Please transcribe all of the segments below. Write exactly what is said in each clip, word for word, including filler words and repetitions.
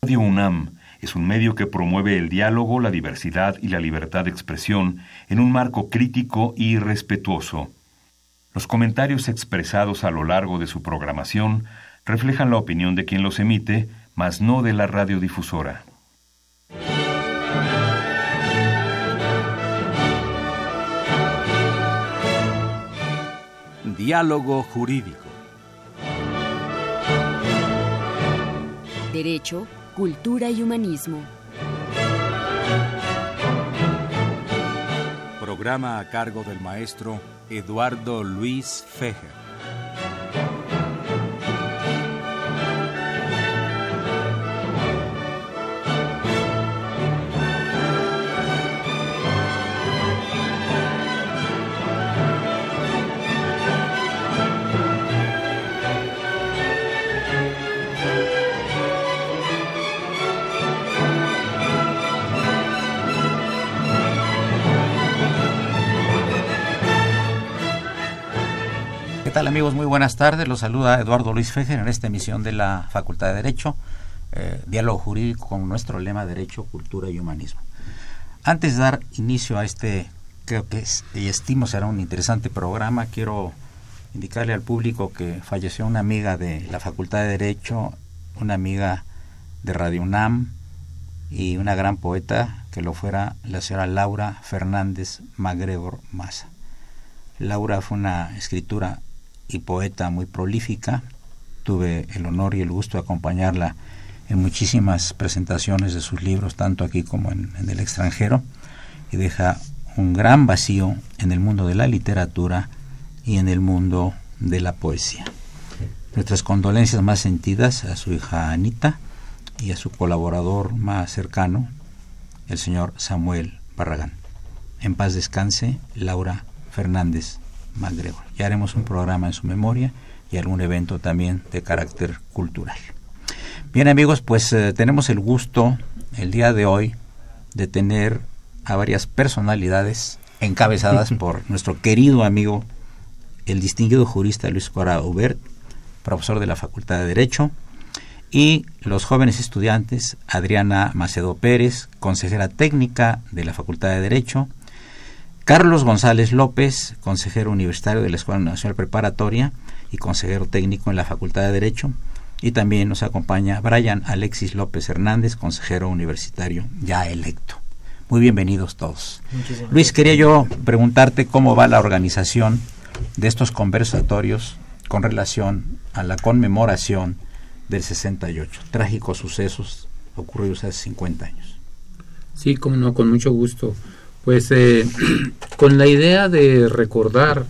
Radio UNAM es un medio que promueve el diálogo, la diversidad y la libertad de expresión en un marco crítico y respetuoso. Los comentarios expresados a lo largo de su programación reflejan la opinión de quien los emite, mas no de la radiodifusora. Diálogo jurídico. Derecho, cultura y humanismo. Programa a cargo del maestro Eduardo Luis Fejer. ¿Qué tal, amigos? Muy buenas tardes. Los saluda Eduardo Luis Fejer en esta emisión de la Facultad de Derecho, eh, diálogo jurídico con nuestro lema Derecho, Cultura y Humanismo. Antes de dar inicio a este, creo que es, y estimo será un interesante programa, quiero indicarle al público que falleció una amiga de la Facultad de Derecho, una amiga de Radio UNAM y una gran poeta que lo fuera, la señora Laura Fernández MacGregor Maza. Laura fue una escritora y poeta muy prolífica. Tuve el honor y el gusto de acompañarla en muchísimas presentaciones de sus libros, tanto aquí como en, en el extranjero, y deja un gran vacío en el mundo de la literatura y en el mundo de la poesía. Nuestras condolencias más sentidas a su hija Anita y a su colaborador más cercano, el señor Samuel Barragán. En paz descanse Laura Fernández MacGregor. Ya haremos un programa en su memoria y algún evento también de carácter cultural. Bien, amigos, pues eh, tenemos el gusto el día de hoy de tener a varias personalidades encabezadas por nuestro querido amigo, el distinguido jurista Luis Cora Hubert, profesor de la Facultad de Derecho, y los jóvenes estudiantes Adriana Macedo Pérez, consejera técnica de la Facultad de Derecho, Carlos González López, consejero universitario de la Escuela Nacional Preparatoria y consejero técnico en la Facultad de Derecho, y también nos acompaña Brian Alexis López Hernández, consejero universitario ya electo. Muy bienvenidos todos. Muchísimas Luis, quería yo preguntarte cómo va la organización de estos conversatorios con relación a la conmemoración del sesenta y ocho, trágicos sucesos ocurridos hace cincuenta años. Sí, como no, con mucho gusto. Pues eh, con la idea de recordar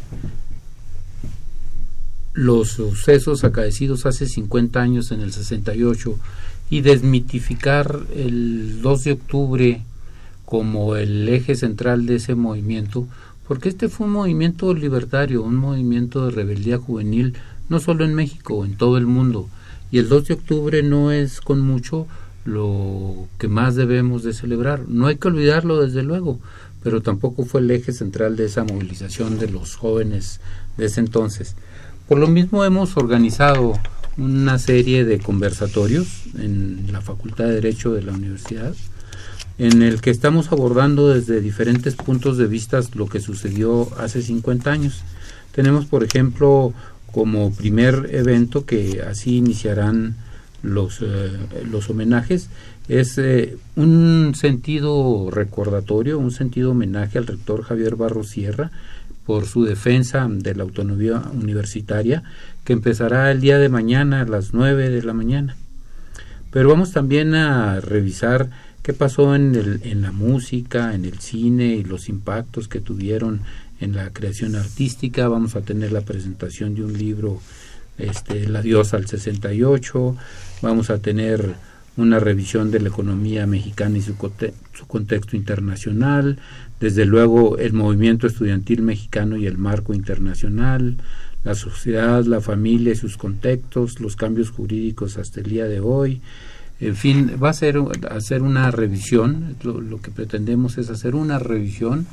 los sucesos acaecidos hace cincuenta años en el sesenta y ocho y desmitificar el dos de octubre como el eje central de ese movimiento, porque este fue un movimiento libertario, un movimiento de rebeldía juvenil, no solo en México, en todo el mundo, y el dos de octubre no es con mucho lo que más debemos de celebrar. No hay que olvidarlo, desde luego, pero tampoco fue el eje central de esa movilización de los jóvenes de ese entonces. Por lo mismo hemos organizado una serie de conversatorios en la Facultad de Derecho de la universidad, en el que estamos abordando desde diferentes puntos de vista lo que sucedió hace cincuenta años. Tenemos, por ejemplo, como primer evento, que así iniciarán los, eh, los homenajes, es eh, un sentido recordatorio, un sentido homenaje al rector Javier Barros Sierra por su defensa de la autonomía universitaria, que empezará el día de mañana a las nueve de la mañana. Pero vamos también a revisar qué pasó en, el, en la música, en el cine, y los impactos que tuvieron en la creación artística. Vamos a tener la presentación de un libro, este, La diosa al sesenta y ocho, vamos a tener una revisión de la economía mexicana y su, conte- su contexto internacional, desde luego el movimiento estudiantil mexicano y el marco internacional, la sociedad, la familia y sus contextos, los cambios jurídicos hasta el día de hoy. En fin, va a ser hacer una revisión, lo, lo que pretendemos es hacer una revisión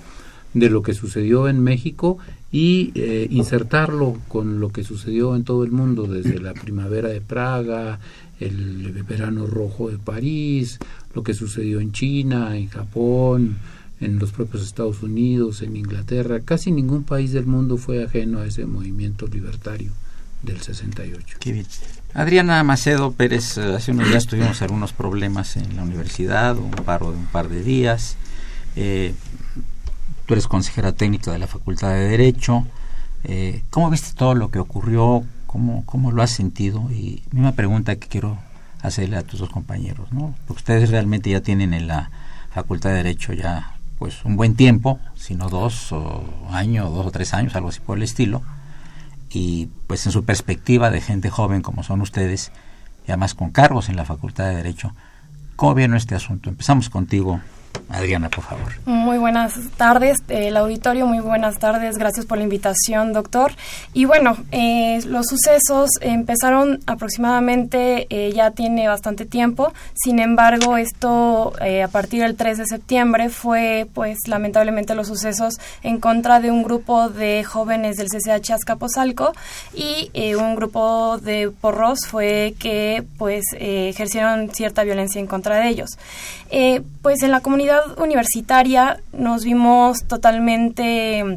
de lo que sucedió en México y eh, insertarlo con lo que sucedió en todo el mundo, desde la primavera de Praga, el verano rojo de París, lo que sucedió en China, en Japón, en los propios Estados Unidos, en Inglaterra. Casi ningún país del mundo fue ajeno a ese movimiento libertario del sesenta y ocho. Qué bien. Adriana Macedo Pérez, hace unos días tuvimos algunos problemas en la universidad, un paro de un par de días. Eh, tú eres consejera técnica de la Facultad de Derecho. Eh, ¿Cómo viste todo lo que ocurrió? ¿Cómo, cómo lo has sentido? Y misma pregunta que quiero hacerle a tus dos compañeros, ¿no? Porque ustedes realmente ya tienen en la Facultad de Derecho ya pues un buen tiempo, si no dos o años, dos o tres años, algo así por el estilo. Y pues en su perspectiva de gente joven como son ustedes, y además con cargos en la Facultad de Derecho, ¿cómo vieron este asunto? Empezamos contigo, Adriana, por favor. Muy buenas tardes, eh, el auditorio, muy buenas tardes, gracias por la invitación, doctor. Y bueno, eh, los sucesos empezaron aproximadamente, eh, ya tiene bastante tiempo, sin embargo, esto eh, a partir del tres de septiembre fue, pues, lamentablemente los sucesos en contra de un grupo de jóvenes del C C H Azcapotzalco y eh, un grupo de porros fue que, pues, eh, ejercieron cierta violencia en contra de ellos. Eh, pues en la comunidad universitaria nos vimos totalmente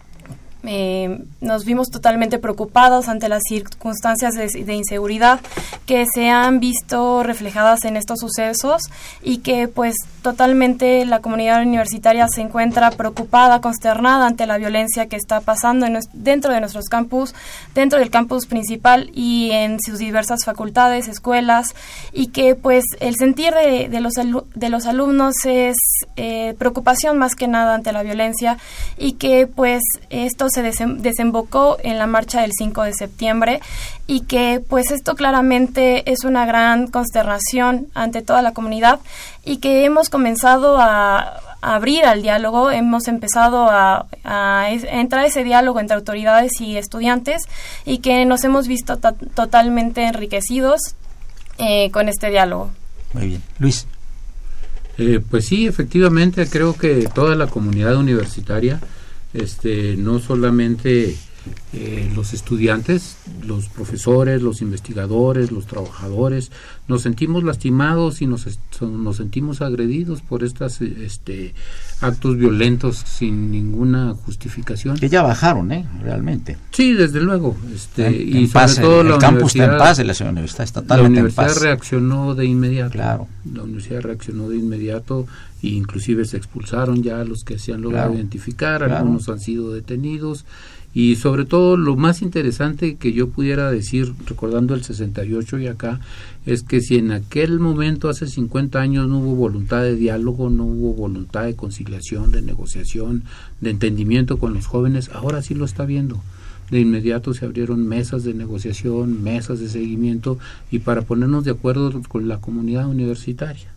eh, nos vimos totalmente preocupados ante las circunstancias de, de inseguridad que se han visto reflejadas en estos sucesos y que pues totalmente la comunidad universitaria se encuentra preocupada, consternada ante la violencia que está pasando en, dentro de nuestros campus, dentro del campus principal y en sus diversas facultades, escuelas, y que pues el sentir de, de, los, de los alumnos es eh, preocupación más que nada ante la violencia y que pues esto se desem- desembocó en la marcha del cinco de septiembre y que pues esto claramente es una gran consternación ante toda la comunidad y que hemos comenzado a, a abrir al diálogo, hemos empezado a, a, a entrar a ese diálogo entre autoridades y estudiantes y que nos hemos visto to- totalmente enriquecidos eh, con este diálogo. Muy bien. Luis. Eh, pues sí, efectivamente, creo que toda la comunidad universitaria, este, no solamente eh, los estudiantes, los profesores, los investigadores, los trabajadores, nos sentimos lastimados y nos, nos sentimos agredidos por estos este, actos violentos sin ninguna justificación. Que ya bajaron, ¿eh? Realmente. Sí, desde luego. Este, en, y en sobre paz, todo el, la el campus está en paz, universidad, la universidad está totalmente la universidad en paz. reaccionó de inmediato. Claro. La universidad reaccionó de inmediato e inclusive se expulsaron ya los que se han logrado Claro. identificar, Claro. algunos han sido detenidos. Y sobre todo lo más interesante que yo pudiera decir, recordando el sesenta y ocho y acá, es que si en aquel momento, hace cincuenta años, no hubo voluntad de diálogo, no hubo voluntad de conciliación, de negociación, de entendimiento con los jóvenes, ahora sí lo está viendo. De inmediato se abrieron mesas de negociación, mesas de seguimiento, y para ponernos de acuerdo con la comunidad universitaria.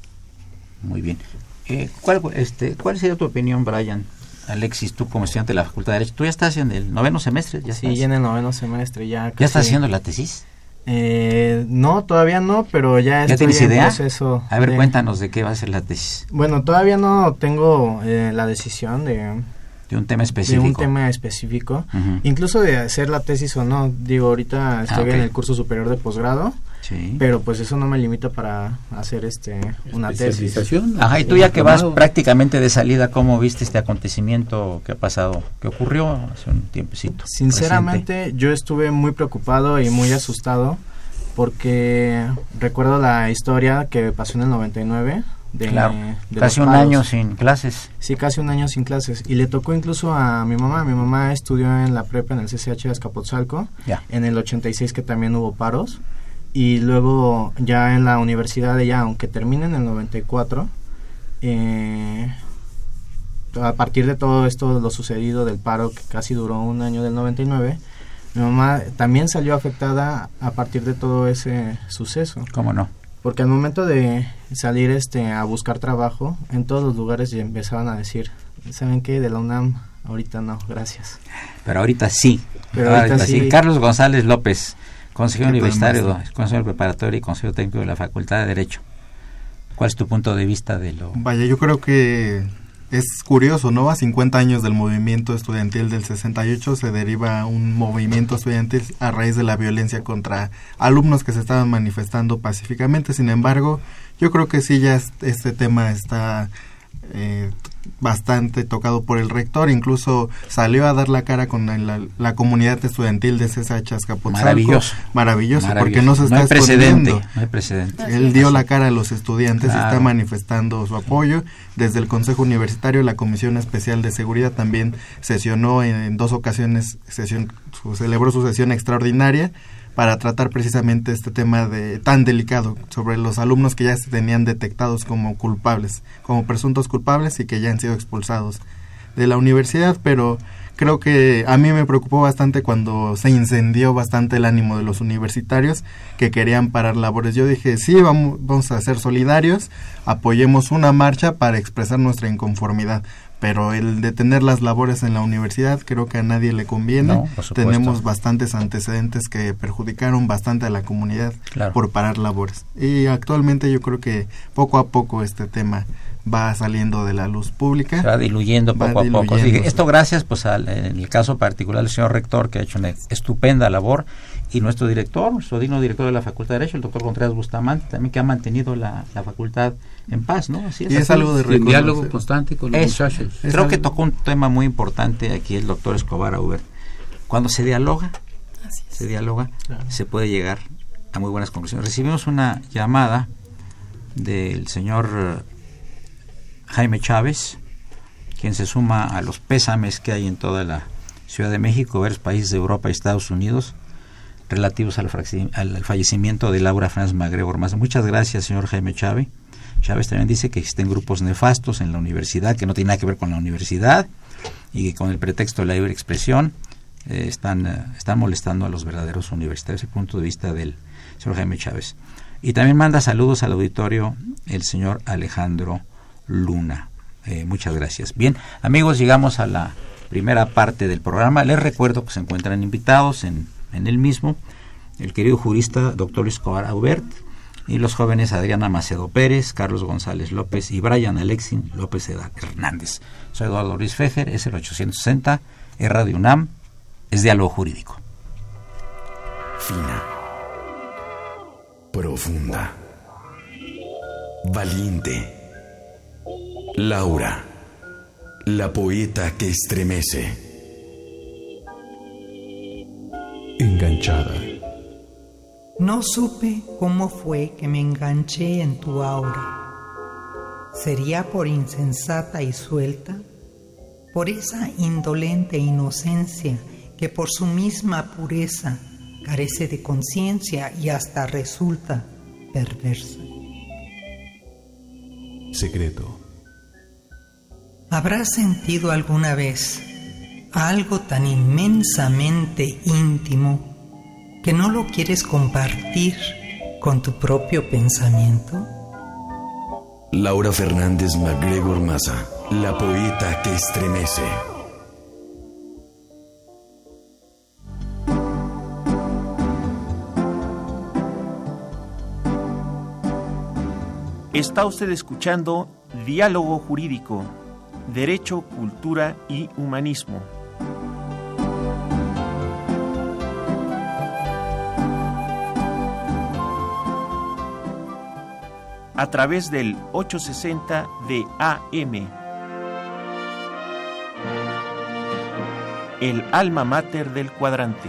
Muy bien. Eh, ¿cuál, este, ¿Cuál sería tu opinión, Brian? Alexis, tú como estudiante de la Facultad de Derecho, ¿tú ya estás en el noveno semestre? ¿Ya sí, estás? ya en el noveno semestre. ¿Ya, ¿Ya estás haciendo la tesis? Eh, no, todavía no, pero ya, ¿Ya estoy tienes en idea? proceso. A ver, de... cuéntanos de qué va a ser la tesis. Bueno, todavía no tengo eh, la decisión de... De un tema específico. De un tema específico. Uh-huh. Incluso de hacer la tesis o no. Digo, ahorita estoy ah, okay. en el curso superior de posgrado. Sí. Pero pues eso no me limita para hacer este una tesis. Ajá, y tú ya que vas prácticamente de salida, ¿cómo viste este acontecimiento que ha pasado, que ocurrió hace un tiempecito? Sinceramente, reciente? Yo estuve muy preocupado y muy asustado porque recuerdo la historia que pasó en el noventa y nueve. De, claro, de casi un año sin clases. Sí, casi un año sin clases. Y le tocó incluso a mi mamá. Mi mamá estudió en la prepa en el C C H de Azcapotzalco. Ya. En el ochenta y seis, que también hubo paros. Y luego ya en la universidad ella, aunque termine en el noventa y cuatro, eh, a partir de todo esto, lo sucedido del paro, que casi duró un año, del noventa y nueve, mi mamá también salió afectada a partir de todo ese suceso. ¿Cómo no? Porque al momento de salir este a buscar trabajo, en todos los lugares ya empezaban a decir, ¿saben qué? De la UNAM, ahorita no, gracias. Pero ahorita sí. Pero ahorita, ahorita sí. sí. Carlos González López, consejero universitario, consejero preparatorio y consejero técnico de la Facultad de Derecho. ¿Cuál es tu punto de vista de lo...? Vaya, yo creo que es curioso, ¿no? A cincuenta años del movimiento estudiantil del sesenta y ocho se deriva un movimiento estudiantil a raíz de la violencia contra alumnos que se estaban manifestando pacíficamente. Sin embargo, yo creo que sí ya este tema está eh, bastante tocado por el rector, incluso salió a dar la cara con la, la comunidad estudiantil de C S H Azcapotzalco. Maravilloso. Maravilloso, Maravilloso. porque no se está no hay precedente, escondiendo. no hay precedente. Él dio la cara a los estudiantes, Claro. y está manifestando su apoyo. Desde el Consejo Universitario, la Comisión Especial de Seguridad también sesionó en, en dos ocasiones, sesión, su, celebró su sesión extraordinaria para tratar precisamente este tema de tan delicado sobre los alumnos que ya se tenían detectados como culpables, como presuntos culpables y que ya han sido expulsados de la universidad. Pero creo que a mí me preocupó bastante cuando se incendió bastante el ánimo de los universitarios que querían parar labores. Yo dije, sí, vamos, vamos a ser solidarios, apoyemos una marcha para expresar nuestra inconformidad. Pero el detener las labores en la universidad creo que a nadie le conviene. No, por supuesto. Tenemos bastantes antecedentes que perjudicaron bastante a la comunidad, Claro. por parar labores. Y actualmente yo creo que poco a poco este tema va saliendo de la luz pública. Se va diluyendo Va poco a poco. diluyéndose. Sí, esto gracias, pues, al, en el caso particular del señor rector, que ha hecho una estupenda labor, y nuestro director, nuestro digno director de la Facultad de Derecho, el doctor Contreras Bustamante, también, que ha mantenido la, la facultad en paz, ¿no? Así es, Y es así algo de Y en reconocer. diálogo constante con los Eso. muchachos. Es Creo que algo- tocó un tema muy importante aquí el doctor Escobar Aubert. Cuando se dialoga, Así es. se dialoga, se puede llegar a muy buenas conclusiones. Recibimos una llamada del señor eh, Jaime Chávez, quien se suma a los pésames que hay en toda la Ciudad de México, varios países de Europa y Estados Unidos, relativos al, frac- al fallecimiento de Laura Franz MacGregor Maza. Muchas gracias, señor Jaime Chávez. Chávez también dice que existen grupos nefastos en la universidad, que no tiene nada que ver con la universidad, y que con el pretexto de la libre expresión eh, están, eh, están molestando a los verdaderos universitarios. Ese punto de vista del señor Jaime Chávez. Y también manda saludos al auditorio el señor Alejandro Luna. Eh, muchas gracias. Bien, amigos, llegamos a la primera parte del programa. Les recuerdo que se encuentran invitados en, en el mismo el querido jurista doctor Luis Escobar Aubert y los jóvenes Adriana Macedo Pérez, Carlos González López y Brian Alexin López Hernández. Soy Eduardo Luis Fejer, es el ochocientos sesenta, es Radio UNAM, es Diálogo Jurídico. Fina, profunda, valiente. Laura, la poeta que estremece. Enganchada. No supe cómo fue que me enganché en tu aura. ¿Sería por insensata y suelta? ¿Por esa indolente inocencia que por su misma pureza carece de conciencia y hasta resulta perversa? Secreto. ¿Habrás sentido alguna vez algo tan inmensamente íntimo que no lo quieres compartir con tu propio pensamiento? Laura Fernández MacGregor Maza, la poeta que estremece. Está usted escuchando Diálogo Jurídico, Derecho, Cultura y Humanismo. A través del ochocientos sesenta de A M. El alma mater del cuadrante.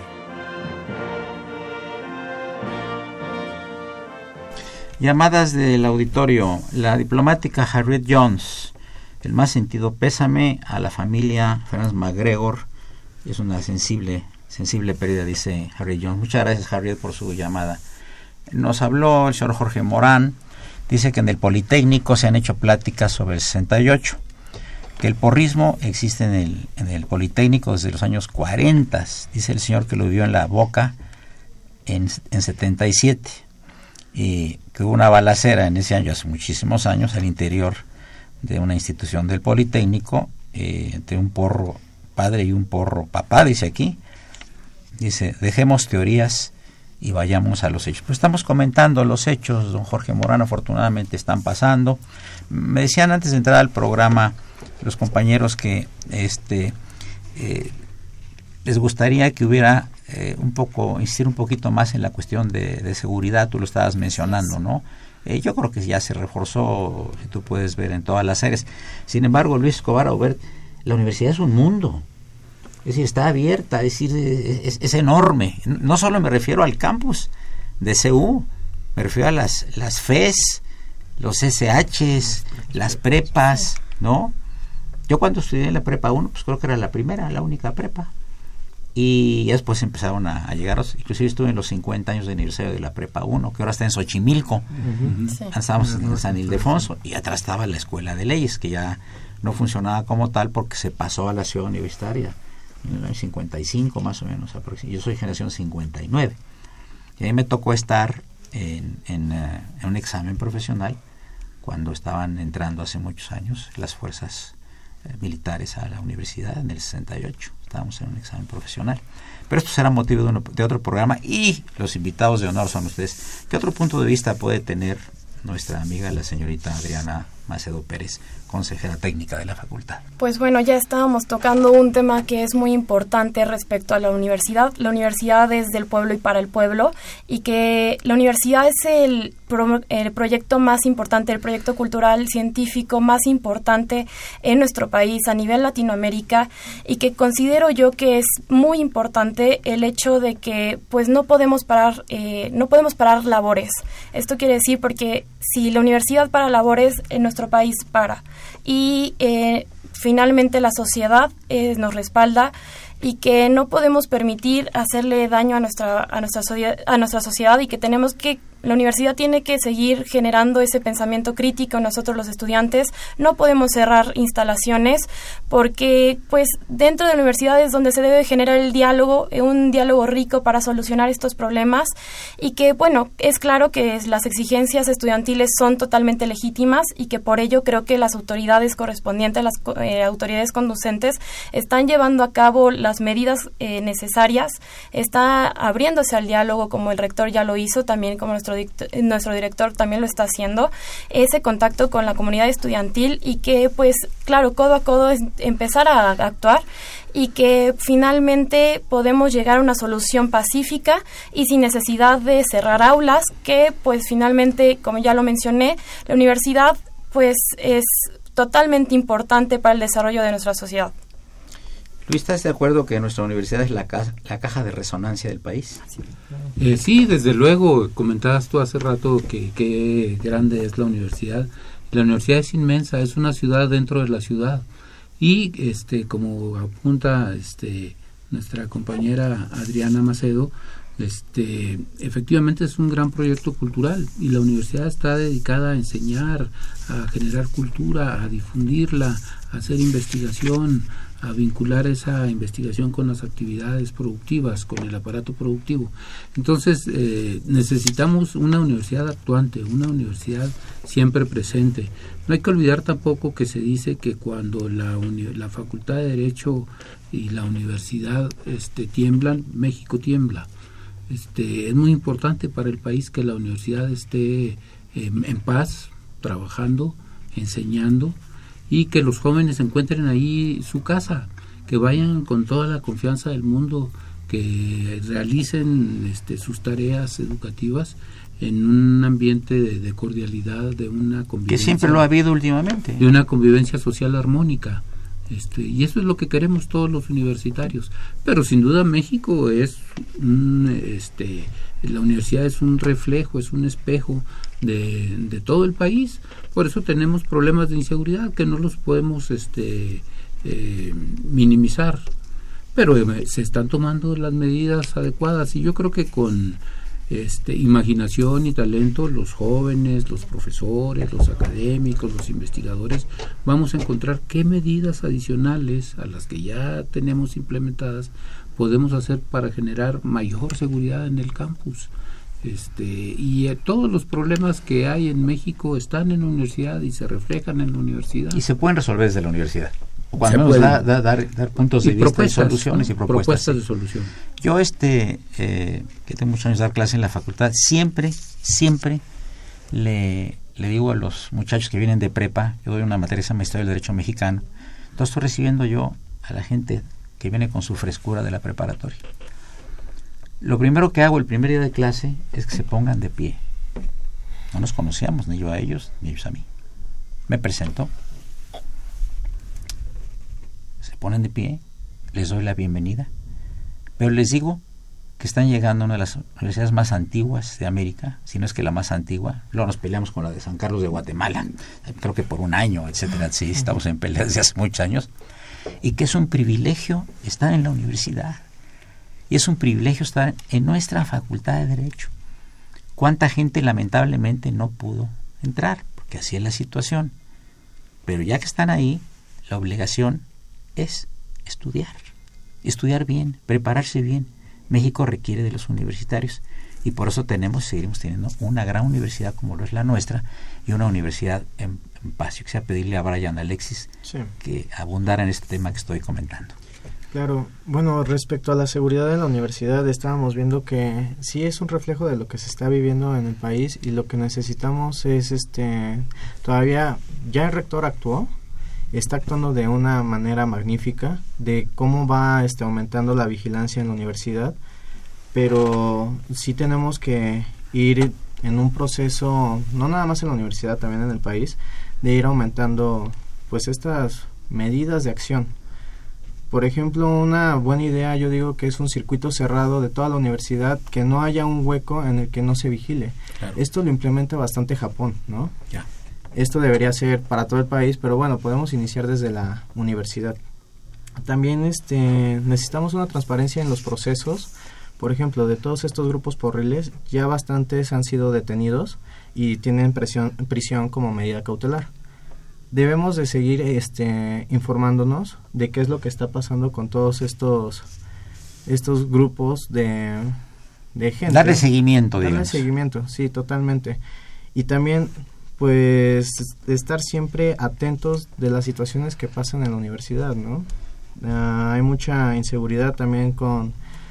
Llamadas del auditorio. La diplomática Harriet Jones. El más sentido pésame a la familia Franz MacGregor. Es una sensible, sensible pérdida, dice Harriet Jones. Muchas gracias, Harriet, por su llamada. Nos habló el señor Jorge Morán. Dice que en el Politécnico se han hecho pláticas sobre el sesenta y ocho. Que el porrismo existe en el, en el Politécnico desde los años cuarenta. Dice el señor que lo vio en La Boca en, en setenta y siete. Y que hubo una balacera en ese año, hace muchísimos años, al interior de una institución del Politécnico, eh, entre un porro padre y un porro papá, dice aquí. Dice, dejemos teorías y vayamos a los hechos. Pues estamos comentando los hechos, don Jorge Morán, afortunadamente están pasando. Me decían antes de entrar al programa los compañeros que este eh, les gustaría que hubiera eh, un poco, insistir un poquito más en la cuestión de, de seguridad. Tú lo estabas mencionando, ¿no? Eh, yo creo que ya se reforzó, si tú puedes ver en todas las áreas. Sin embargo, Luis Escobar Aubert, la universidad es un mundo. Es decir, está abierta, es decir, es, es enorme. No solo me refiero al campus de C U, me refiero a las, las F E S, los S Hs, las prepas, ¿no? Yo cuando estudié en la prepa uno, pues creo que era la primera, la única prepa. Y después empezaron a, a llegar, inclusive estuve en los cincuenta años de aniversario de la prepa uno, que ahora está en Xochimilco. Uh-huh. Sí. Estábamos en San Ildefonso, y atrás estaba la Escuela de Leyes, que ya no funcionaba como tal porque se pasó a la ciudad universitaria. En el año cincuenta y cinco más o menos, yo soy generación cincuenta y nueve, y a mí me tocó estar en, en, uh, en un examen profesional cuando estaban entrando hace muchos años las fuerzas uh, militares a la universidad en el sesenta y ocho, estábamos en un examen profesional, pero esto será motivo de, uno, de otro programa, y los invitados de honor son ustedes. ¿Qué otro punto de vista puede tener nuestra amiga la señorita Adriana Macedo Pérez, consejera técnica de la facultad? Pues bueno, ya estábamos tocando un tema que es muy importante respecto a la universidad. La universidad es del pueblo y para el pueblo, y que la universidad es el, pro, el proyecto más importante, el proyecto cultural, científico más importante en nuestro país, a nivel Latinoamérica, y que considero yo que es muy importante el hecho de que pues no podemos parar, eh, no podemos parar labores. Esto quiere decir porque si la universidad para labores, en nuestro país para. Y eh, finalmente la sociedad eh, nos respalda, y que no podemos permitir hacerle daño a nuestra a nuestra so- a nuestra sociedad, y que tenemos que la universidad tiene que seguir generando ese pensamiento crítico en nosotros los estudiantes. No podemos cerrar instalaciones, porque pues dentro de la universidad es donde se debe generar el diálogo, un diálogo rico para solucionar estos problemas, y que bueno, es claro que las exigencias estudiantiles son totalmente legítimas, y que por ello creo que las autoridades correspondientes, las eh, autoridades conducentes están llevando a cabo las medidas eh, necesarias, está abriéndose al diálogo, como el rector ya lo hizo, también como nuestro nuestro director también lo está haciendo, ese contacto con la comunidad estudiantil, y que pues claro, codo a codo es empezar a actuar, y que finalmente podemos llegar a una solución pacífica y sin necesidad de cerrar aulas, que pues finalmente, como ya lo mencioné, la universidad pues es totalmente importante para el desarrollo de nuestra sociedad. Luis, ¿estás de acuerdo que nuestra universidad es la, ca- la caja de resonancia del país? Eh, sí, desde luego. Comentabas tú hace rato que qué grande es la universidad. La universidad es inmensa, es una ciudad dentro de la ciudad. Y este, como apunta este, nuestra compañera Adriana Macedo, este, efectivamente es un gran proyecto cultural, y la universidad está dedicada a enseñar, a generar cultura, a difundirla, a hacer investigación, a vincular esa investigación con las actividades productivas, con el aparato productivo. Entonces eh, necesitamos una universidad actuante, una universidad siempre presente. No hay que olvidar tampoco que se dice que cuando la, uni- la Facultad de Derecho y la universidad este, tiemblan, México tiembla. Este, es muy importante para el país que la universidad esté eh, en paz, trabajando, enseñando, y que los jóvenes encuentren ahí su casa, que vayan con toda la confianza del mundo, que realicen este, sus tareas educativas en un ambiente de, de cordialidad, de una convivencia. Que siempre lo ha habido últimamente. De una convivencia social armónica. Este, y eso es lo que queremos todos los universitarios. Pero sin duda México es un, este, la universidad es un reflejo, es un espejo de, de todo el país. Por eso tenemos problemas de inseguridad que no los podemos este, eh, minimizar, pero eh, se están tomando las medidas adecuadas, y yo creo que con este, imaginación y talento, los jóvenes, los profesores, los académicos, los investigadores, vamos a encontrar qué medidas adicionales a las que ya tenemos implementadas podemos hacer para generar mayor seguridad en el campus. Este, y eh, todos los problemas que hay en México están en la universidad y se reflejan en la universidad. Y se pueden resolver desde la universidad. Cuando menos da, da, dar, dar puntos de vista y soluciones, ¿no? Y propuestas. Propuestas sí. de solución. Yo, este, eh, que tengo muchos años de dar clase en la facultad, siempre, siempre le, le digo a los muchachos que vienen de prepa, yo doy una materia que se llama Historia del Derecho Mexicano, entonces estoy recibiendo yo a la gente que viene con su frescura de la preparatoria. Lo primero que hago el primer día de clase es que se pongan de pie. No nos conocíamos, ni yo a ellos, ni ellos a mí. Me presento, se ponen de pie, les doy la bienvenida, pero les digo que están llegando a una de las universidades más antiguas de América, si no es que la más antigua. Luego nos peleamos con la de San Carlos de Guatemala, creo que por un año, etcétera. Sí, estamos en pelea desde hace muchos años. Y que es un privilegio estar en la universidad. Y es un privilegio estar en nuestra Facultad de Derecho. ¿Cuánta gente lamentablemente no pudo entrar? Porque así es la situación. Pero ya que están ahí, la obligación es estudiar. Estudiar bien, prepararse bien. México requiere de los universitarios y por eso tenemos, seguiremos teniendo una gran universidad como lo es la nuestra y una universidad en, en paz. Yo quisiera pedirle a Brian Alexis sí. que abundara en este tema que estoy comentando. Claro, bueno, respecto a la seguridad de la universidad estábamos viendo que sí es un reflejo de lo que se está viviendo en el país y lo que necesitamos es, este, todavía, ya el rector actuó, está actuando de una manera magnífica de cómo va este, aumentando la vigilancia en la universidad, pero sí tenemos que ir en un proceso, no nada más en la universidad, también en el país, de ir aumentando pues estas medidas de acción. Por ejemplo, una buena idea yo digo que es un circuito cerrado de toda la universidad, que no haya un hueco en el que no se vigile. Claro. Esto lo implementa bastante Japón, ¿no? Ya. Esto debería ser para todo el país, pero bueno, podemos iniciar desde la universidad. También este, necesitamos una transparencia en los procesos. Por ejemplo, de todos estos grupos porriles, ya bastantes han sido detenidos y tienen presión, prisión como medida cautelar. Debemos de seguir este, informándonos de qué es lo que está pasando con todos estos, estos grupos de, de gente. Darle seguimiento, Darle digamos. seguimiento, sí, totalmente. Y también pues estar siempre atentos de las situaciones que pasan en la universidad, ¿no? Uh, hay mucha inseguridad también con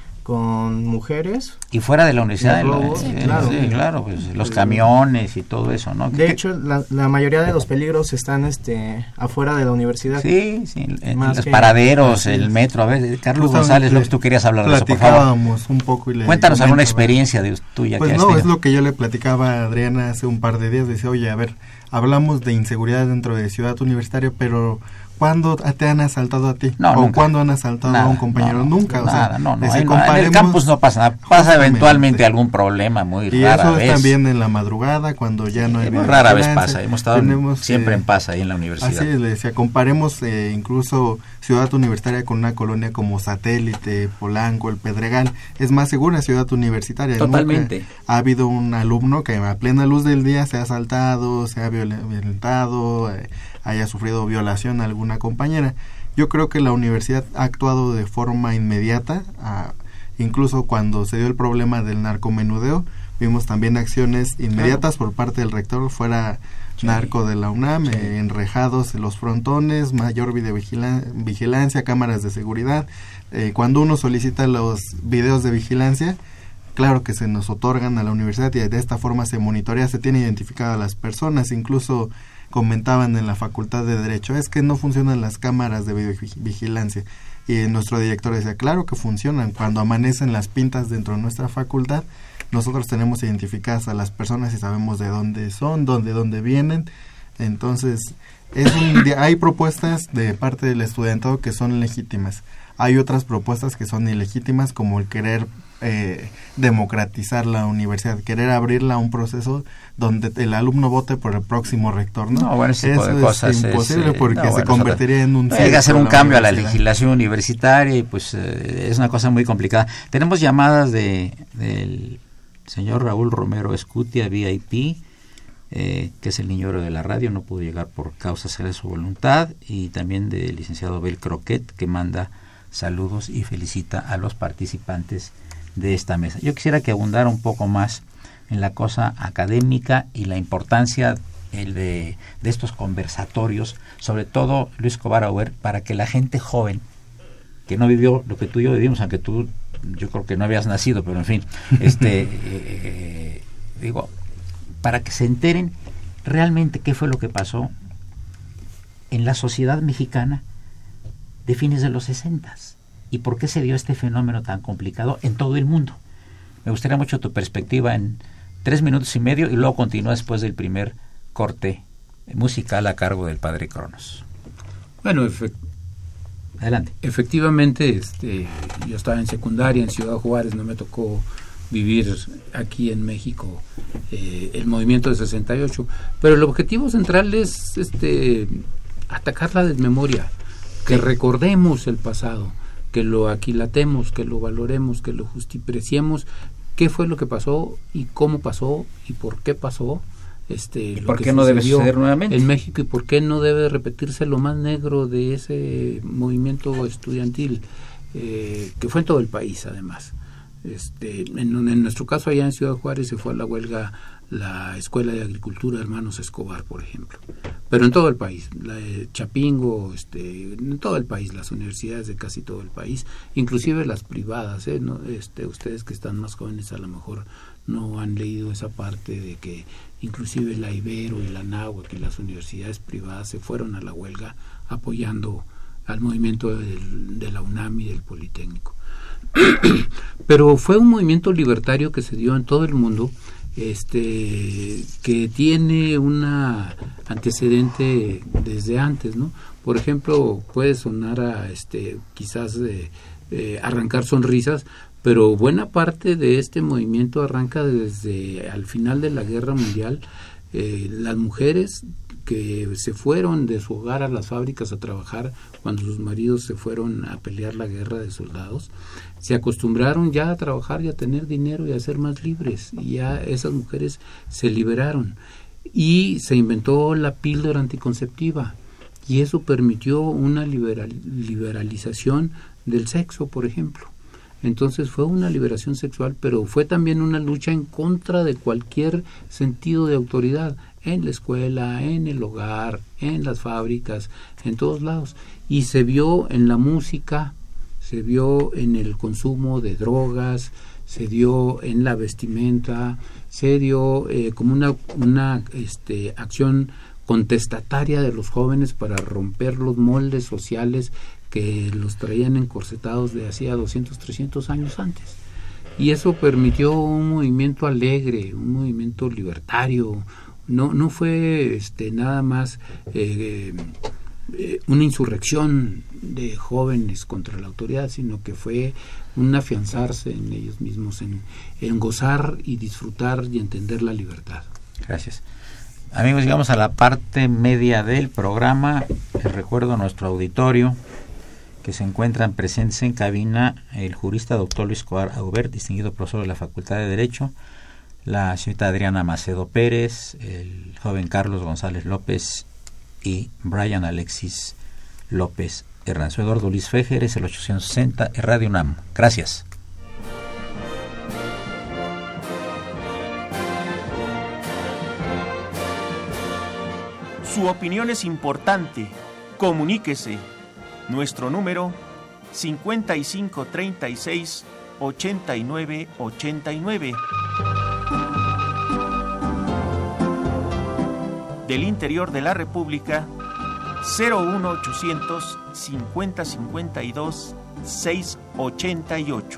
con mujeres y fuera de la universidad, robos, sí, sí, claro, sí, claro pues, los camiones y todo eso, ¿no? De hecho, la, la mayoría de los peligros están este afuera de la universidad. Sí, sí, en los que, paraderos, sí, el metro. A ver, Carlos González, lo que tú querías hablar de eso, por favor. Un poco y le Cuéntanos alguna experiencia de tuya. Pues que no, has es lo que yo le platicaba a Adriana hace un par de días. Decía, oye, a ver, hablamos de inseguridad dentro de Ciudad Universitaria, pero ¿cuándo te han asaltado a ti? No, ¿O nunca. ¿cuándo han asaltado nada, a un compañero? No, no, nunca. O nada, sea, no, no. Si En, en el campus no pasa nada. Pasa eventualmente algún problema muy y rara eso vez. es también en la madrugada, cuando ya no hay... Muy rara vez pasa. Hemos estado Tenemos, siempre eh, en paz ahí en la universidad. Así es, le decía, comparemos eh, incluso Ciudad Universitaria con una colonia como Satélite, Polanco, El Pedregal. Es más segura Ciudad Universitaria. Totalmente. Nunca ha habido un alumno que a plena luz del día se ha asaltado, se ha violentado, eh, haya sufrido violación a alguna compañera. Yo creo que la universidad ha actuado de forma inmediata, a, incluso cuando se dio el problema del narcomenudeo, vimos también acciones inmediatas claro. por parte del rector, fuera sí. narco de la UNAM, sí. eh, enrejados en los frontones, mayor videovigilancia, cámaras de seguridad. Eh, cuando uno solicita los videos de vigilancia, claro que se nos otorgan a la universidad y de esta forma se monitorea, se tiene identificado a las personas, incluso comentaban en la Facultad de Derecho, es que no funcionan las cámaras de videovigilancia. Y nuestro director decía, claro que funcionan. Cuando amanecen las pintas dentro de nuestra facultad, nosotros tenemos identificadas a las personas y sabemos de dónde son, dónde, dónde vienen. Entonces, es un, hay propuestas de parte del estudiantado que son legítimas. Hay otras propuestas que son ilegítimas, como el querer eh, democratizar la universidad, querer abrirla a un proceso donde el alumno vote por el próximo rector, ¿no? No, bueno, ese tipo Eso de cosas es imposible es, porque no, se bueno, convertiría en un... Hay que hacer un cambio a la legislación universitaria y pues eh, es una cosa muy complicada. Tenemos llamadas de del señor Raúl Romero Escutia, V I P, eh, que es el niñero de la radio, no pudo llegar por causas de su voluntad, y también del licenciado Bel Croquet, que manda saludos y felicita a los participantes de esta mesa. Yo quisiera que abundara un poco más en la cosa académica y la importancia el de, de estos conversatorios, sobre todo Luis Escobar Auer, para que la gente joven que no vivió lo que tú y yo vivimos, aunque tú yo creo que no habías nacido, pero en fin, este eh, digo, para que se enteren realmente qué fue lo que pasó en la sociedad mexicana de fines de los sesentas y por qué se dio este fenómeno tan complicado en todo el mundo. Me gustaría mucho tu perspectiva en tres minutos y medio y luego continúa después del primer corte musical a cargo del padre Cronos. Bueno, efe- adelante. Efectivamente, este, yo estaba en secundaria en Ciudad Juárez, no me tocó vivir aquí en México eh, el movimiento de sesenta y ocho, pero el objetivo central es este, atacar la desmemoria, que recordemos el pasado, que lo aquilatemos, que lo valoremos, que lo justipreciemos, qué fue lo que pasó y cómo pasó y por qué pasó. Este, ¿Y lo por que qué no debe sucedió suceder nuevamente en México y por qué no debe repetirse lo más negro de ese movimiento estudiantil eh, que fue en todo el país además. Este, en, en nuestro caso allá en Ciudad Juárez se fue a la huelga la Escuela de Agricultura Hermanos Escobar, por ejemplo, pero en todo el país, la de Chapingo, este, en todo el país, las universidades de casi todo el país, inclusive las privadas, ¿eh? ¿No? Este, ustedes que están más jóvenes a lo mejor no han leído esa parte de que inclusive la Ibero y la Anáhuac y las universidades privadas se fueron a la huelga apoyando al movimiento del, de la UNAM y del Politécnico. Pero fue un movimiento libertario que se dio en todo el mundo, este, que tiene una antecedente desde antes, ¿no? Por ejemplo, puede sonar a este, quizás eh, eh, arrancar sonrisas, pero buena parte de este movimiento arranca desde al final de la Guerra Mundial. Eh, las mujeres que se fueron de su hogar a las fábricas a trabajar cuando sus maridos se fueron a pelear la guerra de soldados, se acostumbraron ya a trabajar y a tener dinero y a ser más libres, y ya esas mujeres se liberaron y se inventó la píldora anticonceptiva y eso permitió una liberal, liberalización del sexo, por ejemplo. Entonces fue una liberación sexual, pero fue también una lucha en contra de cualquier sentido de autoridad, en la escuela, en el hogar, en las fábricas, en todos lados. Y se vio en la música, se vio en el consumo de drogas, se dio en la vestimenta, se dio eh, como una, una este, acción contestataria de los jóvenes para romper los moldes sociales que los traían encorsetados de hacía doscientos, trescientos años antes. Y eso permitió un movimiento alegre, un movimiento libertario. No, no fue este, nada más eh, eh, una insurrección de jóvenes contra la autoridad, sino que fue un afianzarse en ellos mismos, en, en gozar y disfrutar y entender la libertad. Gracias. Amigos, llegamos a la parte media del programa. Les recuerdo a nuestro auditorio que se encuentran presentes en cabina el jurista doctor Luis Escobar Aubert, distinguido profesor de la Facultad de Derecho, la señorita Adriana Macedo Pérez, el joven Carlos González López y Brian Alexis López Hernández. Soy Eduardo Luis Fejer, es el ochocientos sesenta Radio UNAM. Gracias. Su opinión es importante. Comuníquese. Nuestro número cincuenta y cinco treinta y seis ochenta y nueve ochenta y nueve. Del interior de la República cero uno ochocientos cincuenta cincuenta y dos seiscientos ochenta y ocho.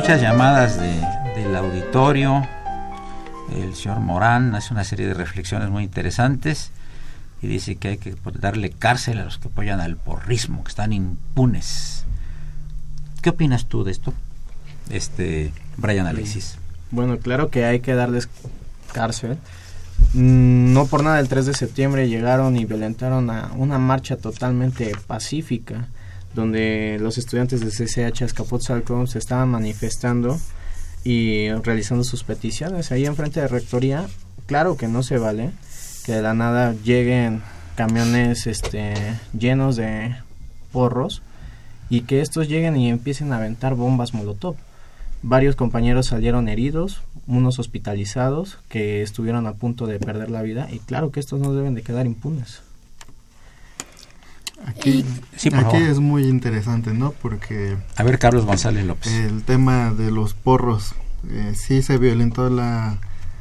muchas llamadas de, del auditorio. El señor Morán hace una serie de reflexiones muy interesantes y dice que hay que darle cárcel a los que apoyan al porrismo, que están impunes. ¿Qué opinas tú de esto, este Brian Alexis? Bueno, claro que hay que darles cárcel. No por nada el tres de septiembre llegaron y violentaron a una marcha totalmente pacífica, donde los estudiantes de C C H Azcapotzalco se estaban manifestando y realizando sus peticiones ahí enfrente de rectoría. Claro que no se vale que de la nada lleguen camiones este llenos de porros y que estos lleguen y empiecen a aventar bombas molotov. Varios compañeros salieron heridos, unos hospitalizados que estuvieron a punto de perder la vida, y claro que estos no deben de quedar impunes. Aquí, sí, aquí es muy interesante, ¿no? Porque... A ver, Carlos González López. El tema de los porros, eh, sí se violentó la,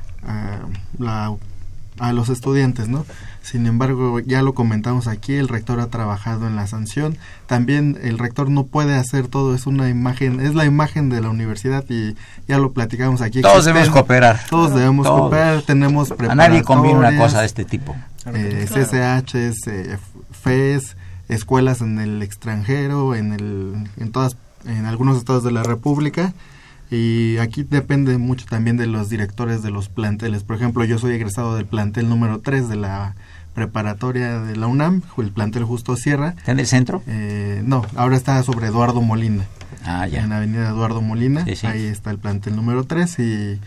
uh, la a los estudiantes, ¿no? Sin embargo, ya lo comentamos aquí, el rector ha trabajado en la sanción. También el rector no puede hacer todo, es una imagen, es la imagen de la universidad y ya lo platicamos aquí. Todos existen, debemos cooperar. Todos debemos todos. cooperar, tenemos preparatorias. A nadie conviene una cosa de este tipo. Eh, claro. C C H, eh, F E S, escuelas en el extranjero, en el, en todas, en algunos estados de la República. Y aquí depende mucho también de los directores de los planteles. Por ejemplo, yo soy egresado del plantel número tres de la preparatoria de la UNAM, el plantel Justo Sierra. ¿Está en el centro? Eh, no, ahora está sobre Eduardo Molina. Ah, ya. En la avenida Eduardo Molina, sí, sí. Ahí está el plantel número tres y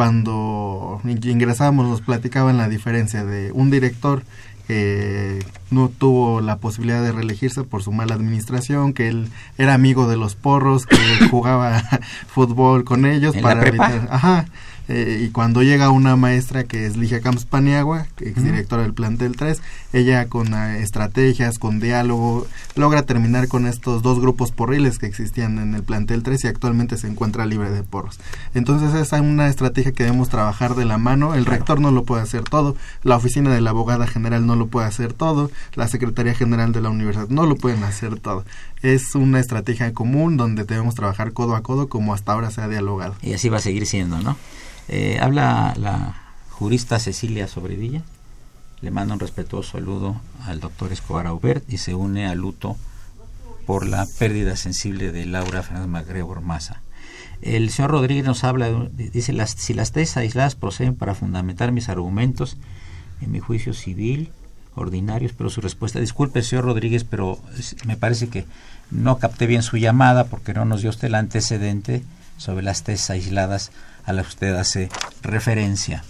cuando ingresamos nos platicaban la diferencia de un director que no tuvo la posibilidad de reelegirse por su mala administración, que él era amigo de los porros, que jugaba fútbol con ellos ¿En para la prepa? evitar, ajá, eh, y cuando llega una maestra que es Ligia Camps Paniagua, exdirectora uh-huh. del plantel tres, ella con uh, estrategias, con diálogo, logra terminar con estos dos grupos porriles que existían en el plantel tres y actualmente se encuentra libre de porros. Entonces esa es una estrategia que debemos trabajar de la mano. El claro. rector no lo puede hacer todo, la oficina de la abogada general no lo puede hacer todo, la Secretaría General de la Universidad no lo pueden hacer todo. Es una estrategia común donde debemos trabajar codo a codo como hasta ahora se ha dialogado. Y así va a seguir siendo, ¿no? Eh, habla la jurista Cecilia Sobrevilla, le manda un respetuoso saludo al doctor Escobar Aubert y se une al luto por la pérdida sensible de Laura Fernández MacGregor Maza. El señor Rodríguez nos habla, dice, las, si las tesis aisladas proceden para fundamentar mis argumentos en mi juicio civil, ordinarios, pero su respuesta, disculpe señor Rodríguez, pero me parece que no capté bien su llamada porque no nos dio usted el antecedente sobre las tesis aisladas a las que usted hace referencia.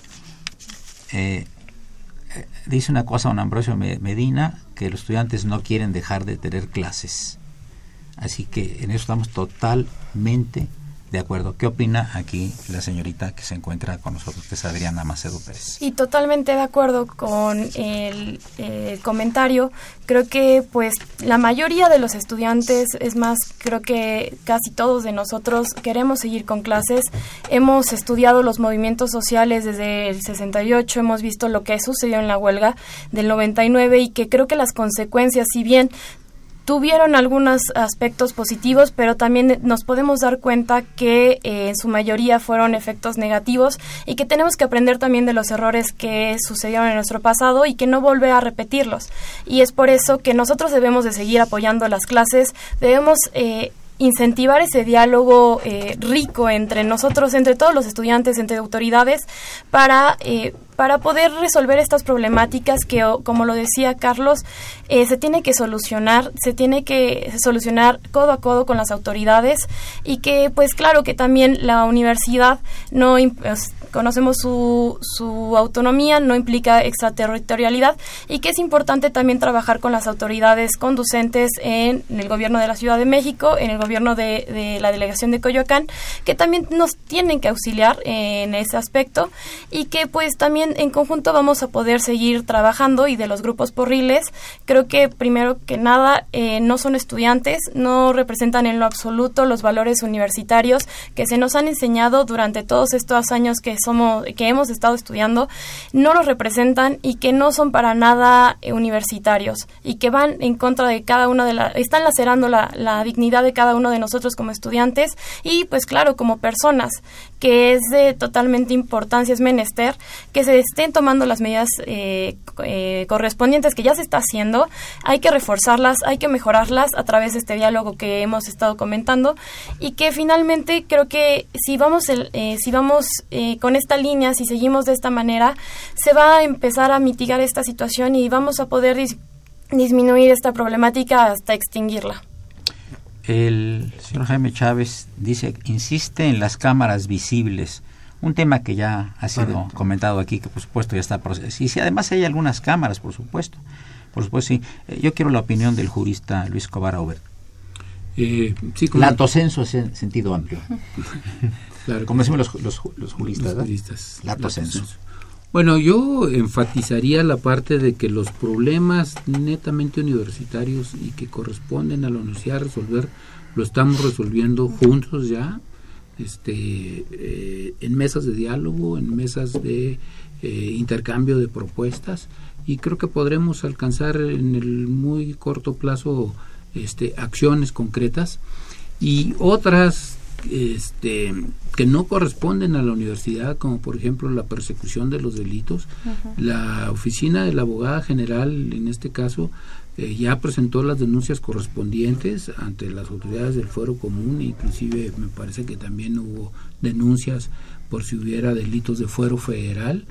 Eh, eh, dice una cosa don Ambrosio Medina, que los estudiantes no quieren dejar de tener clases. Así que en eso estamos totalmente de acuerdo. ¿Qué opina aquí la señorita que se encuentra con nosotros, que es Adriana Macedo Pérez? Y totalmente de acuerdo con el, el comentario. Creo que pues la mayoría de los estudiantes, es más, creo que casi todos de nosotros queremos seguir con clases. Hemos estudiado los movimientos sociales desde el sesenta y ocho, hemos visto lo que sucedió en la huelga del noventa y nueve y que creo que las consecuencias, si bien tuvieron algunos aspectos positivos, pero también nos podemos dar cuenta que eh, en su mayoría fueron efectos negativos y que tenemos que aprender también de los errores que sucedieron en nuestro pasado y que no volver a repetirlos. Y es por eso que nosotros debemos de seguir apoyando las clases, debemos eh, incentivar ese diálogo eh, rico entre nosotros, entre todos los estudiantes, entre autoridades, para eh, para poder resolver estas problemáticas que, como lo decía Carlos, eh, se tiene que solucionar, se tiene que solucionar codo a codo con las autoridades y que, pues claro, que también la universidad no pues, conocemos su, su autonomía, no implica extraterritorialidad y que es importante también trabajar con las autoridades conducentes en, en el gobierno de la Ciudad de México, en el gobierno de, de la delegación de Coyoacán, que también nos tienen que auxiliar en ese aspecto y que pues también en conjunto vamos a poder seguir trabajando. Y de los grupos porriles, creo que primero que nada eh, no son estudiantes, no representan en lo absoluto los valores universitarios que se nos han enseñado durante todos estos años que somos, que hemos estado estudiando, no los representan y que no son para nada eh, universitarios y que van en contra de cada una de las, están lacerando la, la dignidad de cada uno de nosotros como estudiantes y pues claro, como personas, que es de totalmente importancia, es menester que se estén tomando las medidas eh, eh, correspondientes que ya se está haciendo, hay que reforzarlas, hay que mejorarlas a través de este diálogo que hemos estado comentando y que finalmente creo que si vamos el, eh, si vamos eh, con esta línea, si seguimos de esta manera, se va a empezar a mitigar esta situación y vamos a poder dis- disminuir esta problemática hasta extinguirla. El señor Jaime Chávez dice, insiste en las cámaras visibles, un tema que ya ha sido Correcto. comentado aquí, que por supuesto ya está procesado. Y si además hay algunas cámaras, por supuesto, por supuesto sí. Eh, yo quiero la opinión del jurista Luis Escobar Aubert. Eh, sí, como Lato sensu es en sentido amplio. Claro, como decimos los, los, los juristas, los juristas Lato sensu. Bueno, yo enfatizaría la parte de que los problemas netamente universitarios y que corresponden a la universidad resolver, lo estamos resolviendo juntos ya, este, eh, en mesas de diálogo, en mesas de eh, intercambio de propuestas, y creo que podremos alcanzar en el muy corto plazo este, acciones concretas y otras este que no corresponden a la universidad, como por ejemplo la persecución de los delitos. Uh-huh. La oficina de la abogada general, en este caso, eh, ya presentó las denuncias correspondientes ante las autoridades del Fuero Común, inclusive me parece que también hubo denuncias por si hubiera delitos de fuero federal,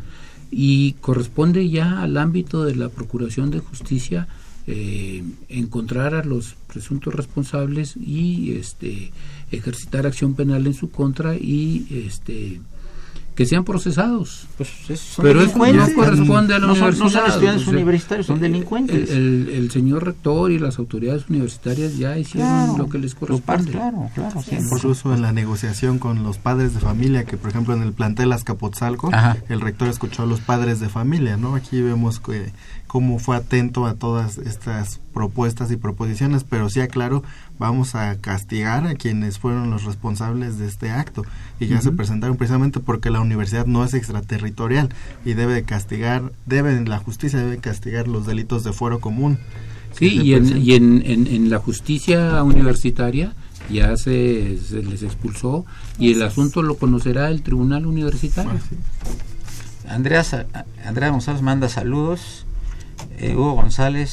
y corresponde ya al ámbito de la Procuración de Justicia eh, encontrar a los presuntos responsables y este ejercitar acción penal en su contra y este que sean procesados. Pues son pero eso no corresponde a la no son, universidad. No son estudiantes o sea, universitarios, son el, delincuentes. El, el, el señor rector y las autoridades universitarias ya hicieron claro, lo que les corresponde. Claro, claro. Sí, incluso en la negociación con los padres de familia, que por ejemplo en el plantel Azcapotzalco, Ajá. el rector escuchó a los padres de familia, ¿no? Aquí vemos que cómo fue atento a todas estas propuestas y proposiciones, pero sí aclaro, vamos a castigar a quienes fueron los responsables de este acto, y ya uh-huh. se presentaron precisamente porque la universidad no es extraterritorial y debe de castigar, debe la justicia debe castigar los delitos de fuero común. Sí, y, en, y en, en, en la justicia universitaria ya se, se les expulsó y el asunto lo conocerá el tribunal universitario. Ah, sí. Andrea, Andrea González manda saludos. Eh, Hugo González,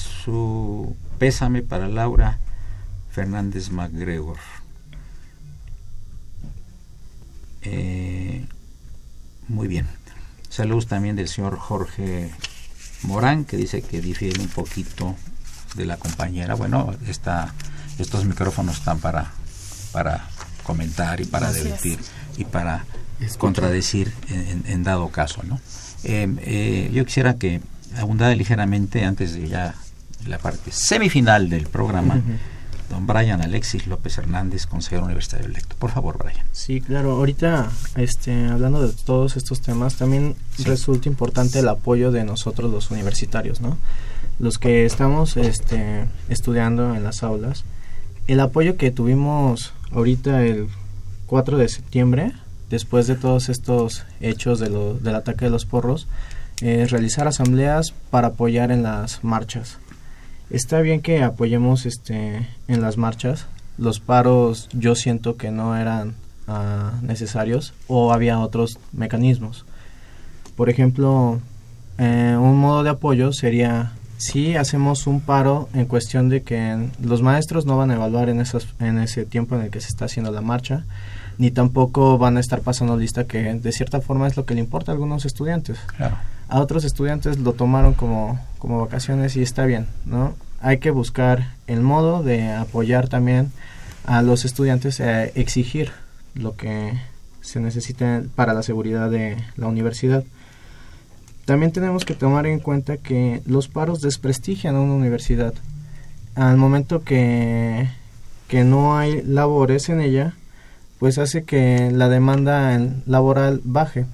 su pésame para Laura Fernández MacGregor. Eh, muy bien. Saludos también del señor Jorge Morán, que dice que difiere un poquito de la compañera. Bueno, esta, estos micrófonos están para, para comentar y para debatir y para Escucha. contradecir en, en dado caso, ¿no? Eh, eh, yo quisiera que abundara ligeramente antes de ya la parte semifinal del programa. Uh-huh. Don Brian Alexis López Hernández, consejero universitario electo. Por favor, Brian. Sí, claro. Ahorita, este, hablando de todos estos temas, también sí. resulta importante el apoyo de nosotros los universitarios, ¿no? Los que estamos este, estudiando en las aulas. El apoyo que tuvimos ahorita el cuatro de septiembre, después de todos estos hechos de lo, del ataque de los porros, es realizar asambleas para apoyar en las marchas. Está bien que apoyemos este en las marchas. Los paros yo siento que no eran uh, necesarios, o había otros mecanismos. Por ejemplo, eh, un modo de apoyo sería si hacemos un paro en cuestión de que los maestros no van a evaluar en, esas, en ese tiempo en el que se está haciendo la marcha, ni tampoco van a estar pasando lista, que de cierta forma es lo que le importa a algunos estudiantes. Claro. A otros estudiantes lo tomaron como, como vacaciones y está bien, ¿no? Hay que buscar el modo de apoyar también a los estudiantes, a exigir lo que se necesita para la seguridad de la universidad. También tenemos que tomar en cuenta que los paros desprestigian a una universidad. Al momento que, que no hay labores en ella, pues hace que la demanda laboral baje.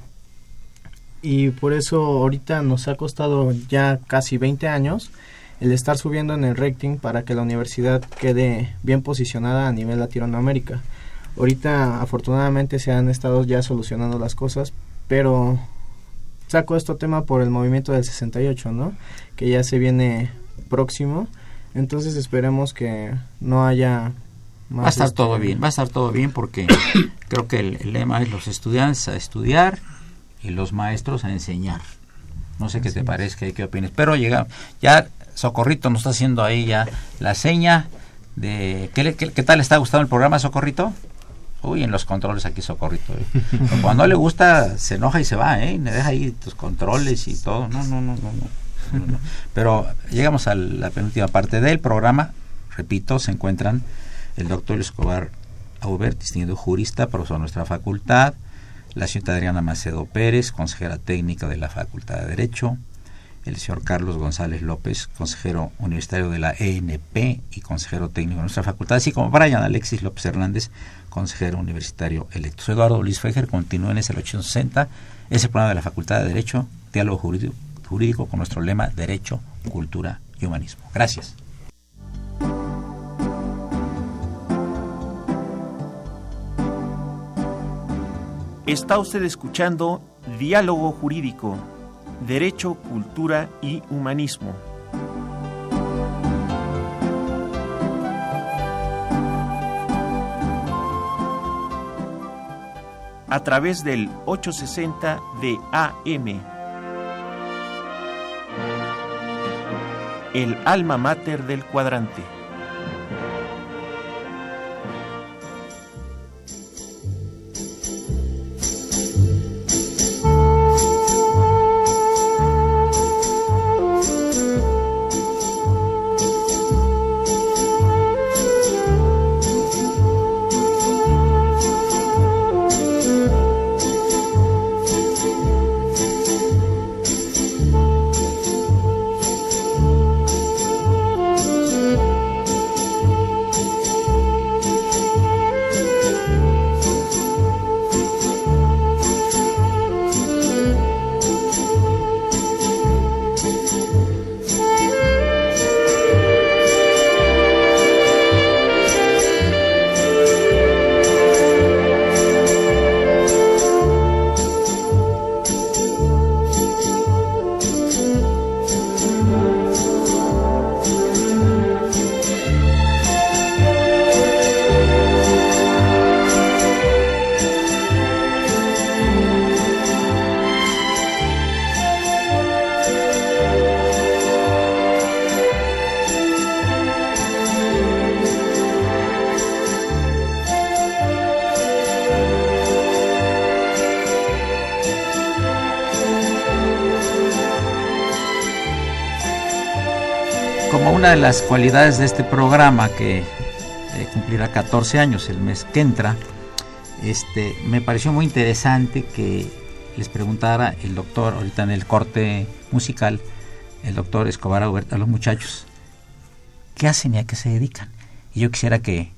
Y por eso ahorita nos ha costado ya casi veinte años el estar subiendo en el rating para que la universidad quede bien posicionada a nivel Latinoamérica. Ahorita afortunadamente se han estado ya solucionando las cosas, pero saco este tema por el movimiento del sesenta y ocho, ¿no? Que ya se viene próximo, entonces esperemos que no haya más. Va a estar este, todo bien, va a estar todo bien porque creo que el, el lema es los estudiantes a estudiar y los maestros a enseñar. No sé qué te parezca y qué opinas, pero llega, ya Socorrito nos está haciendo ahí ya la seña de... ¿Qué, le, qué, qué tal le está gustando el programa, Socorrito? Uy, en los controles aquí Socorrito. ¿eh? Cuando no le gusta, se enoja y se va, ¿eh? Me deja ahí tus controles y todo. No, no, no, no, no. no, no. Pero llegamos a la penúltima parte del programa. Repito, se encuentran el doctor Escobar Aubert, distinguido jurista, profesor de nuestra facultad, la señorita Adriana Macedo Pérez, consejera técnica de la Facultad de Derecho, el señor Carlos González López, consejero universitario de la E N P y consejero técnico de nuestra facultad, así como Brian Alexis López Hernández, consejero universitario electo. Soy Eduardo Luis Fejer, continúen en el ochocientos sesenta, ese programa de la Facultad de Derecho, diálogo jurídico, jurídico con nuestro lema Derecho, Cultura y Humanismo. Gracias. Está usted escuchando Diálogo Jurídico, Derecho, Cultura y Humanismo. A través del ochocientos sesenta de A M. El alma mater del cuadrante. Como una de las cualidades de este programa, que eh, cumplirá catorce años el mes que entra, este, me pareció muy interesante que les preguntara el doctor, ahorita en el corte musical, el doctor Escobar Aubert, a los muchachos, ¿qué hacen y a qué se dedican? Y yo quisiera que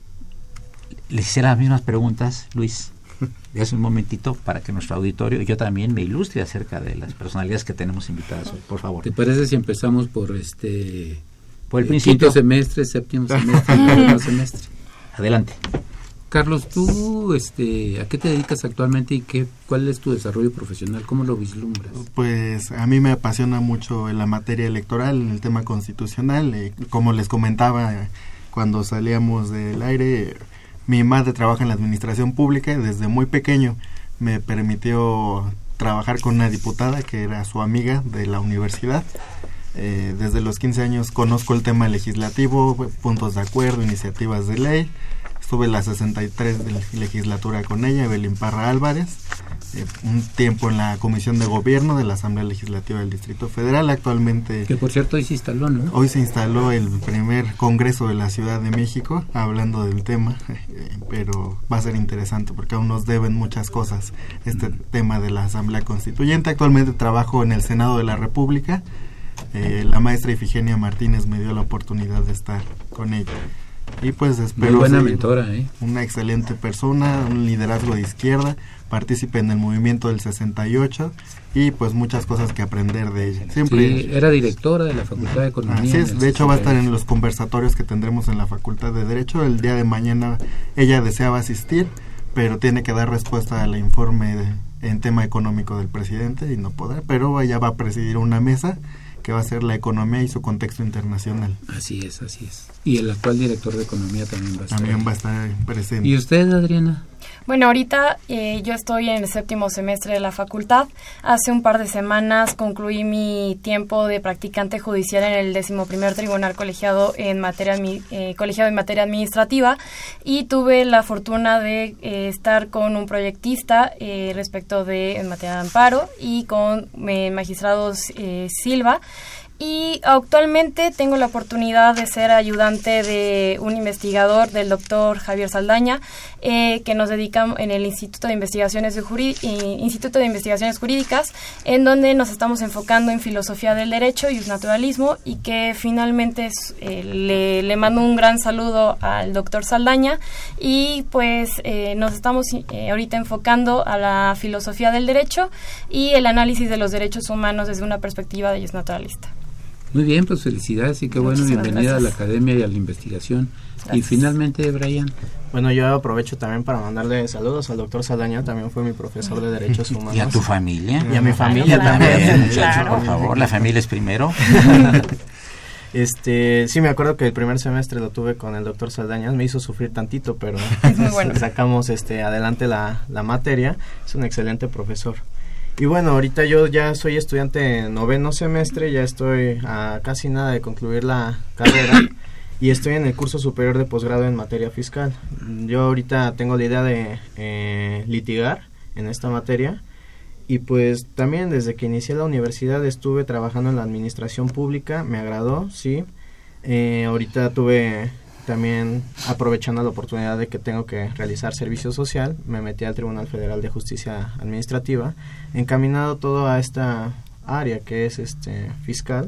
les hiciera las mismas preguntas, Luis, de hace un momentito, para que nuestro auditorio y yo también me ilustre acerca de las personalidades que tenemos invitadas hoy, por favor. ¿Te parece si empezamos por este... por el principio? Quinto semestre, séptimo semestre, noveno semestre. Adelante. Carlos, tú, este, ¿a qué te dedicas actualmente y qué, cuál es tu desarrollo profesional? ¿Cómo lo vislumbras? Pues a mí me apasiona mucho la materia electoral, el tema constitucional. Eh, como les comentaba eh, cuando salíamos del aire, mi madre trabaja en la administración pública y desde muy pequeño me permitió trabajar con una diputada que era su amiga de la universidad. Eh, desde los quince años conozco el tema legislativo, puntos de acuerdo, iniciativas de ley. Estuve en la sesenta y tres de la legislatura con ella, Evelyn Parra Álvarez, eh, un tiempo en la Comisión de Gobierno de la Asamblea Legislativa del Distrito Federal. Actualmente... que por cierto hoy se instaló, ¿no? Hoy se instaló el primer Congreso de la Ciudad de México, hablando del tema, eh, pero va a ser interesante porque aún nos deben muchas cosas este mm. tema de la Asamblea Constituyente. Actualmente trabajo en el Senado de la República. Eh, la maestra Ifigenia Martínez me dio la oportunidad de estar con ella. Y pues espero muy buena mentora, ¿eh? Una excelente persona, un liderazgo de izquierda, partícipe en el movimiento del sesenta y ocho y pues muchas cosas que aprender de ella. Siempre sí, era directora de la Facultad de Economía. Así es, de hecho va a estar en los conversatorios que tendremos en la Facultad de Derecho. El día de mañana ella deseaba asistir, pero tiene que dar respuesta al informe de, en tema económico del presidente y no podrá, pero ella va a presidir una mesa que va a ser la economía y su contexto internacional. Así es, así es. Y el actual director de economía también va a estar. También va a estar presente. ¿Y usted, Adriana? Bueno, ahorita eh, yo estoy en el séptimo semestre de la facultad. Hace un par de semanas concluí mi tiempo de practicante judicial en el decimoprimer tribunal colegiado en materia eh, colegiado en materia administrativa, y tuve la fortuna de eh, estar con un proyectista eh, respecto de en materia de amparo y con eh, magistrado eh, Silva. Y actualmente tengo la oportunidad de ser ayudante de un investigador, del doctor Javier Saldaña, eh, que nos dedica en el Instituto de Investigaciones de Jurí- Instituto de Investigaciones Jurídicas, en donde nos estamos enfocando en filosofía del derecho y naturalismo, y que finalmente eh, le, le mando un gran saludo al doctor Saldaña, y pues eh, nos estamos eh, ahorita enfocando a la filosofía del derecho y el análisis de los derechos humanos desde una perspectiva de naturalista. Muy bien, pues felicidades y qué bueno, Muchísimas bienvenida gracias. a la academia y a la investigación. Gracias. Y finalmente, Brian. Bueno, yo aprovecho también para mandarle saludos al doctor Saldaña, también fue mi profesor de Derechos Humanos. Y a tu familia. Y a mi familia Claro, también. también, muchacho, Claro. por favor, la familia es primero. Este, sí, me acuerdo que el primer semestre lo tuve con el doctor Saldaña, me hizo sufrir tantito, pero Es muy bueno. sacamos este adelante la, la materia. Es un excelente profesor. Y bueno, ahorita yo ya soy estudiante en noveno semestre, ya estoy a casi nada de concluir la carrera y estoy en el curso superior de posgrado en materia fiscal. Yo ahorita tengo la idea de eh, litigar en esta materia, y pues también desde que inicié la universidad estuve trabajando en la administración pública, me agradó, sí. Eh, ahorita tuve también, aprovechando la oportunidad de que tengo que realizar servicio social, me metí al Tribunal Federal de Justicia Administrativa, encaminado todo a esta área que es este fiscal,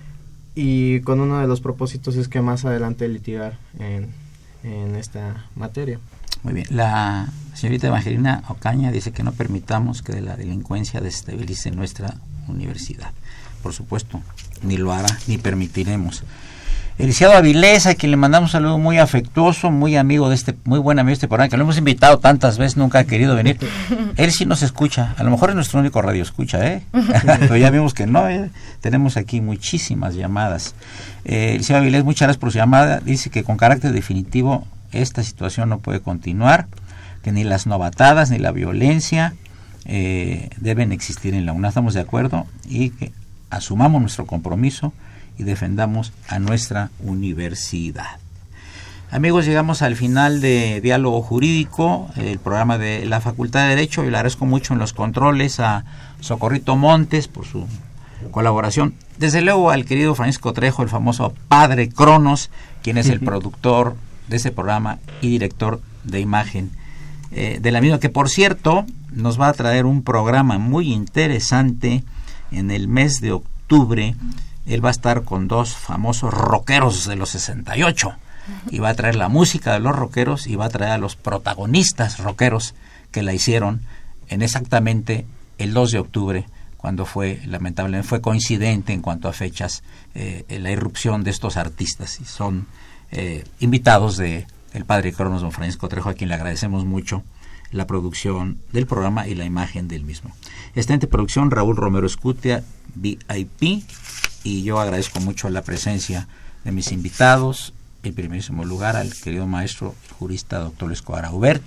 y con uno de los propósitos es que más adelante litigar en, en esta materia. Muy bien. La señorita Evangelina Ocaña dice que no permitamos que la delincuencia desestabilice nuestra universidad. Por supuesto, ni lo hará, ni permitiremos. Eliciado Avilés, a quien le mandamos un saludo muy afectuoso, muy amigo de este, muy buen amigo de este programa, que lo hemos invitado tantas veces, nunca ha querido venir. Él sí nos escucha, a lo mejor es nuestro único radio escucha, ¿eh? Pero ya vimos que no, ¿eh? Tenemos aquí muchísimas llamadas. Eh, Eliciado Avilés, muchas gracias por su llamada, dice que con carácter definitivo esta situación no puede continuar, que ni las novatadas ni la violencia eh, deben existir en la UNAM. Estamos de acuerdo, y que asumamos nuestro compromiso y defendamos a nuestra universidad. Amigos, llegamos al final de Diálogo Jurídico, el programa de la Facultad de Derecho, y le agradezco mucho en los controles a Socorrito Montes por su colaboración. Desde luego al querido Francisco Trejo, el famoso Padre Cronos, quien es el productor de ese programa y director de imagen eh, de la misma, que por cierto nos va a traer un programa muy interesante en el mes de octubre. Él va a estar con dos famosos rockeros de los sesenta y ocho y va a traer la música de los rockeros y va a traer a los protagonistas rockeros que la hicieron en exactamente el dos de octubre, cuando fue, lamentablemente, fue coincidente en cuanto a fechas eh, la irrupción de estos artistas, y son eh, invitados de el Padre Cronos, don Francisco Trejo, a quien le agradecemos mucho la producción del programa y la imagen del mismo. Excelente producción, Raúl Romero Escutia, V I P, y yo agradezco mucho la presencia de mis invitados, en primerísimo lugar al querido maestro jurista doctor Escobar Aubert,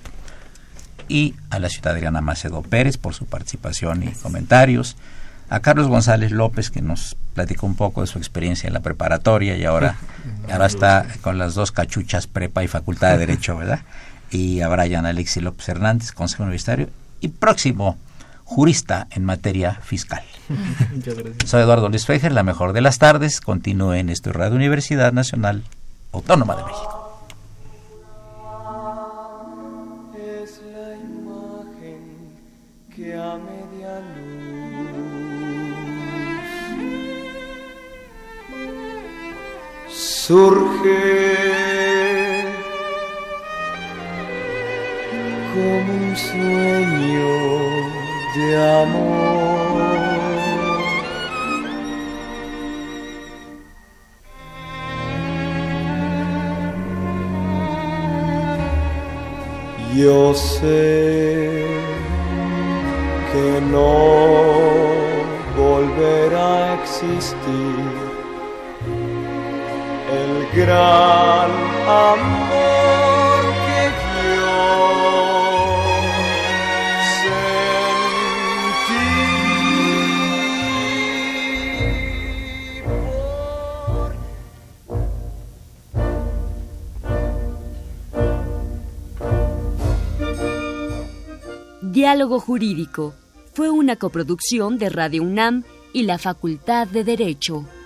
y a la ciudad Adriana Macedo Pérez por su participación y comentarios, a Carlos González López, que nos platicó un poco de su experiencia en la preparatoria y ahora, ahora está con las dos cachuchas, prepa y facultad de Derecho, ¿verdad? Y a Brian Alexis López Hernández, consejo universitario y próximo jurista en materia fiscal. Muchas gracias. Soy Eduardo Luis Fejer, la mejor de las tardes. Continúe en esta Radio Universidad Nacional Autónoma de México. Es la imagen que a media luz surge como un sueño de amor. Yo sé que no volverá a existir. El gran amor que yo Diálogo Jurídico fue una coproducción de Radio UNAM y la Facultad de Derecho.